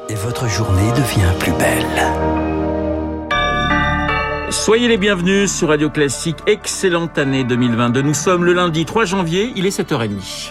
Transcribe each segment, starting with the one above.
et votre journée devient plus belle. Soyez les bienvenus sur Radio Classique. Excellente année 2022. Nous sommes le lundi 3 janvier, il est 7h30.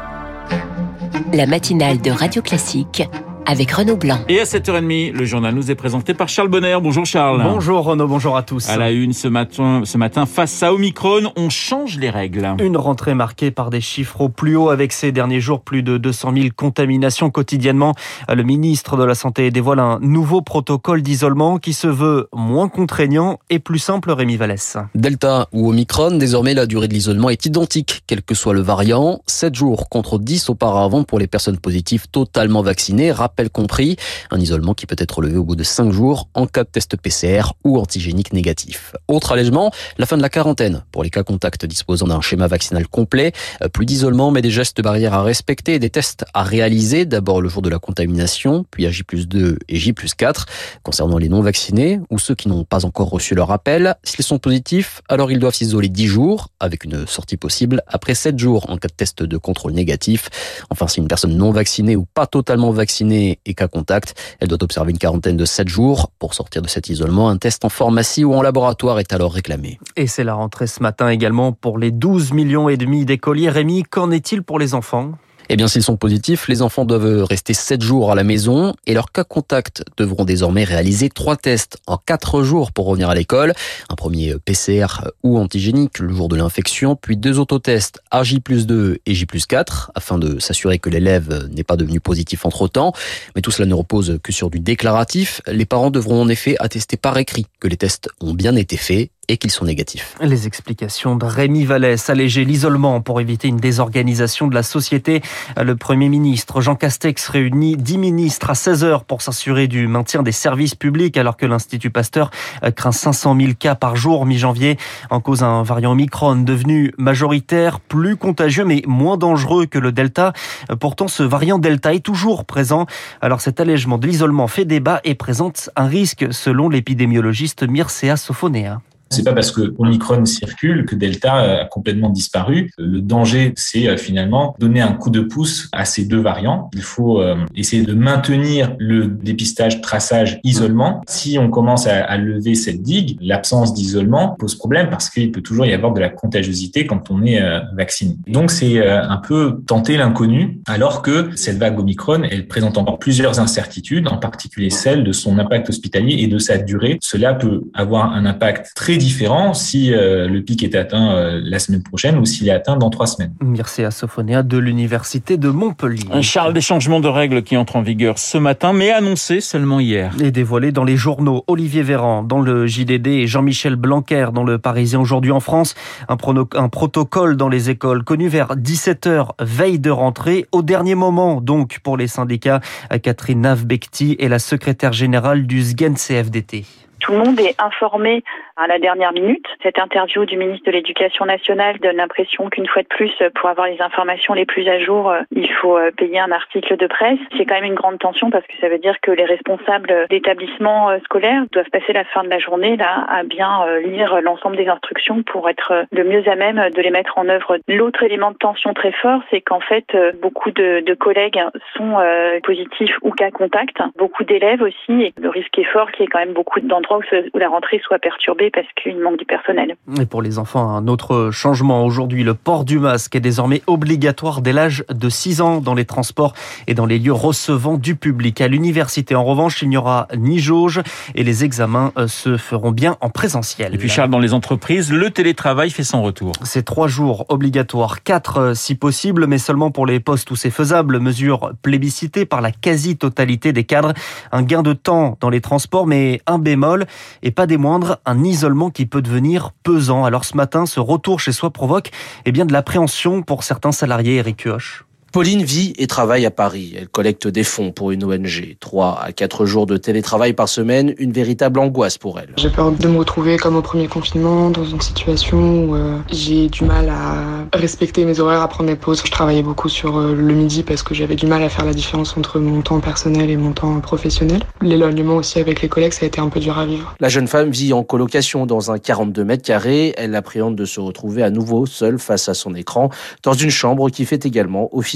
La matinale de Radio Classique avec Renaud Blanc. Et à 7h30, le journal nous est présenté par Charles Bonner. Bonjour Charles. Bonjour Renaud, bonjour à tous. À la une ce matin, face à Omicron, on change les règles. Une rentrée marquée par des chiffres au plus haut avec ces derniers jours plus de 200 000 contaminations quotidiennement. Le ministre de la Santé dévoile un nouveau protocole d'isolement qui se veut moins contraignant et plus simple. Rémi Vallès. Delta ou Omicron, désormais la durée de l'isolement est identique, quel que soit le variant. 7 jours contre 10 auparavant pour les personnes positives totalement vaccinées. Rappel compris, un isolement qui peut être levé au bout de 5 jours en cas de test PCR ou antigénique négatif. Autre allègement, la fin de la quarantaine pour les cas contacts disposant d'un schéma vaccinal complet. Plus d'isolement, mais des gestes barrières à respecter et des tests à réaliser. D'abord le jour de la contamination, puis à J+2 et J+4. Concernant les non-vaccinés ou ceux qui n'ont pas encore reçu leur appel, s'ils sont positifs, alors ils doivent s'isoler 10 jours avec une sortie possible après 7 jours en cas de test de contrôle négatif. Enfin, si une personne non vaccinée ou pas totalement vaccinée et cas contact, elle doit observer une quarantaine de 7 jours. Pour sortir de cet isolement, un test en pharmacie ou en laboratoire est alors réclamé. Et c'est la rentrée ce matin également pour les 12,5 millions d'écoliers. Rémi, qu'en est-il pour les enfants ? Eh bien, s'ils sont positifs, les enfants doivent rester 7 jours à la maison et leurs cas contacts devront désormais réaliser 3 tests en 4 jours pour revenir à l'école. Un premier PCR ou antigénique le jour de l'infection, puis 2 autotests à J+2 et J+4 afin de s'assurer que l'élève n'est pas devenu positif entre-temps. Mais tout cela ne repose que sur du déclaratif. Les parents devront en effet attester par écrit que les tests ont bien été faits et qu'ils sont négatifs. Les explications de Rémi Vallès. Alléger l'isolement pour éviter une désorganisation de la société. Le Premier ministre Jean Castex réunit 10 ministres à 16h pour s'assurer du maintien des services publics alors que l'Institut Pasteur craint 500 000 cas par jour mi-janvier. En cause un variant Omicron devenu majoritaire, plus contagieux mais moins dangereux que le Delta. Pourtant, ce variant Delta est toujours présent. Alors cet allègement de l'isolement fait débat et présente un risque selon l'épidémiologiste Mircea Sofonea. C'est pas parce que Omicron circule que Delta a complètement disparu. Le danger, c'est finalement donner un coup de pouce à ces deux variants. Il faut essayer de maintenir le dépistage, traçage, isolement. Si on commence à lever cette digue, l'absence d'isolement pose problème parce qu'il peut toujours y avoir de la contagiosité quand on est vacciné. Donc c'est un peu tenter l'inconnu, alors que cette vague Omicron, elle présente encore plusieurs incertitudes, en particulier celle de son impact hospitalier et de sa durée. Cela peut avoir un impact très différent si le pic est atteint la semaine prochaine ou s'il est atteint dans 3 semaines. Mircea Sofonea de l'Université de Montpellier. Charles, des changements de règles qui entrent en vigueur ce matin, mais annoncés seulement hier. Et dévoilés dans les journaux. Olivier Véran dans le JDD et Jean-Michel Blanquer dans le Parisien aujourd'hui en France. Un protocole dans les écoles connu vers 17h, veille de rentrée. Au dernier moment, donc, pour les syndicats, Catherine Nave-Becti est la secrétaire générale du SGEN CFDT. Tout le monde est informé à la dernière minute. Cette interview du ministre de l'Éducation nationale donne l'impression qu'une fois de plus, pour avoir les informations les plus à jour, il faut payer un article de presse. C'est quand même une grande tension parce que ça veut dire que les responsables d'établissements scolaires doivent passer la fin de la journée là à bien lire l'ensemble des instructions pour être le mieux à même de les mettre en œuvre. L'autre élément de tension très fort, c'est qu'en fait, beaucoup de collègues sont positifs ou cas contact. Beaucoup d'élèves aussi, et le risque est fort qu'il y ait quand même beaucoup d'endroits où la rentrée soit perturbée parce qu'il manque du personnel. Et pour les enfants, un autre changement. Aujourd'hui, le port du masque est désormais obligatoire dès l'âge de 6 ans dans les transports et dans les lieux recevant du public. À l'université, en revanche, il n'y aura ni jauge et les examens se feront bien en présentiel. Et puis Charles, dans les entreprises, le télétravail fait son retour. C'est 3 jours obligatoires, 4 si possible, mais seulement pour les postes où c'est faisable. Mesure plébiscitée par la quasi-totalité des cadres. Un gain de temps dans les transports, mais un bémol. Et pas des moindres, un isolement qui peut devenir pesant. Alors ce matin, ce retour chez soi provoque de l'appréhension pour certains salariés. Eric Kioch. Pauline vit et travaille à Paris. Elle collecte des fonds pour une ONG. 3 à 4 jours de télétravail par semaine, une véritable angoisse pour elle. J'ai peur de me retrouver comme au premier confinement, dans une situation où j'ai du mal à respecter mes horaires, à prendre mes pauses. Je travaillais beaucoup sur le midi parce que j'avais du mal à faire la différence entre mon temps personnel et mon temps professionnel. L'éloignement aussi avec les collègues, ça a été un peu dur à vivre. La jeune femme vit en colocation dans un 42 mètres carrés. Elle appréhende de se retrouver à nouveau seule face à son écran, dans une chambre qui fait également office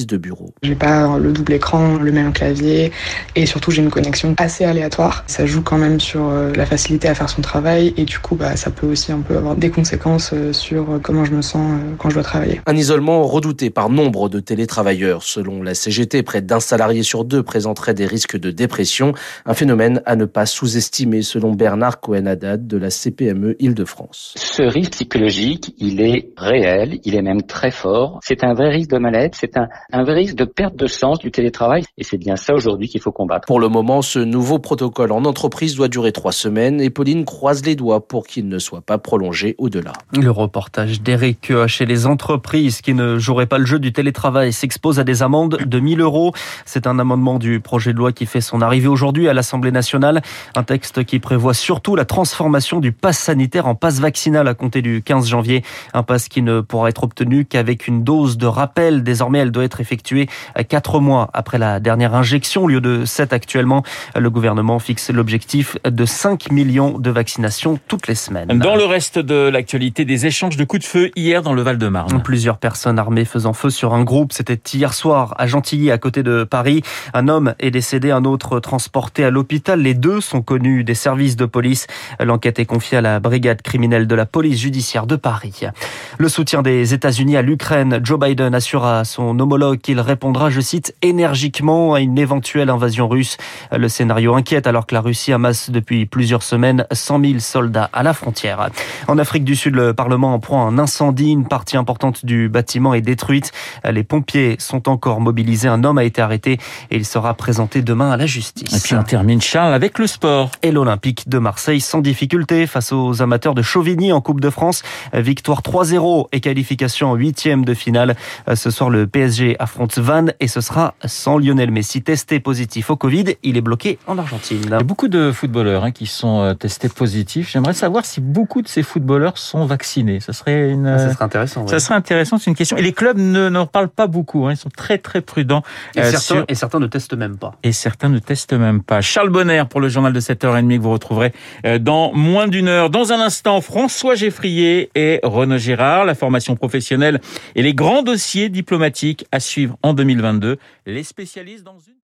de bureau. J'ai pas le double écran, le même clavier et surtout j'ai une connexion assez aléatoire. Ça joue quand même sur la facilité à faire son travail et du coup ça peut aussi un peu avoir des conséquences sur comment je me sens quand je dois travailler. Un isolement redouté par nombre de télétravailleurs. Selon la CGT, près d'un salarié sur deux présenterait des risques de dépression, un phénomène à ne pas sous-estimer selon Bernard Cohen-Haddad de la CPME Île-de-France. Ce risque psychologique, il est réel, il est même très fort. C'est un vrai risque de mal-être, c'est un vrai risque de perte de sens du télétravail et c'est bien ça aujourd'hui qu'il faut combattre. Pour le moment, ce nouveau protocole en entreprise doit durer 3 semaines et Pauline croise les doigts pour qu'il ne soit pas prolongé au-delà. Le reportage d'Éric Koch et les entreprises qui ne joueraient pas le jeu du télétravail s'exposent à des amendes de 1 000 €. C'est un amendement du projet de loi qui fait son arrivée aujourd'hui à l'Assemblée nationale. Un texte qui prévoit surtout la transformation du pass sanitaire en pass vaccinal à compter du 15 janvier. Un pass qui ne pourra être obtenu qu'avec une dose de rappel. Désormais, elle doit être effectuée 4 mois après la dernière injection au lieu de 7 actuellement. Le gouvernement fixe l'objectif de 5 millions de vaccinations toutes les semaines. Dans le reste de l'actualité, des échanges de coups de feu hier dans le Val-de-Marne. Plusieurs personnes armées faisant feu sur un groupe. C'était hier soir à Gentilly, à côté de Paris. Un homme est décédé, un autre transporté à l'hôpital. Les deux sont connus des services de police. L'enquête est confiée à la brigade criminelle de la police judiciaire de Paris. Le soutien des États-Unis à l'Ukraine. Joe Biden assure à son homologue qu'il répondra, je cite, énergiquement à une éventuelle invasion russe. Le scénario inquiète alors que la Russie amasse depuis plusieurs semaines 100 000 soldats à la frontière. En Afrique du Sud, le Parlement en proie à un incendie. Une partie importante du bâtiment est détruite. Les pompiers sont encore mobilisés. Un homme a été arrêté et il sera présenté demain à la justice. Et puis on termine, Charles, avec le sport. Et l'Olympique de Marseille sans difficulté face aux amateurs de Chauvigny en Coupe de France. Victoire 3-0 et qualification en 8e de finale. Ce soir, le PSG affronte Vannes et ce sera sans Lionel Messi testé positif au Covid. Il est bloqué en Argentine. Il y a beaucoup de footballeurs qui sont testés positifs. J'aimerais savoir si beaucoup de ces footballeurs sont vaccinés. Ça serait intéressant. Ouais. Ça serait intéressant, c'est une question. Et les clubs n'en parlent pas beaucoup. Ils sont très très prudents. Et certains ne testent même pas. Charles Bonner pour le journal de 7h30 que vous retrouverez dans moins d'une heure. Dans un instant, François Geffrier et Renaud Girard, la formation professionnelle et les grands dossiers diplomatiques à suivre en 2022. Les spécialistes dans une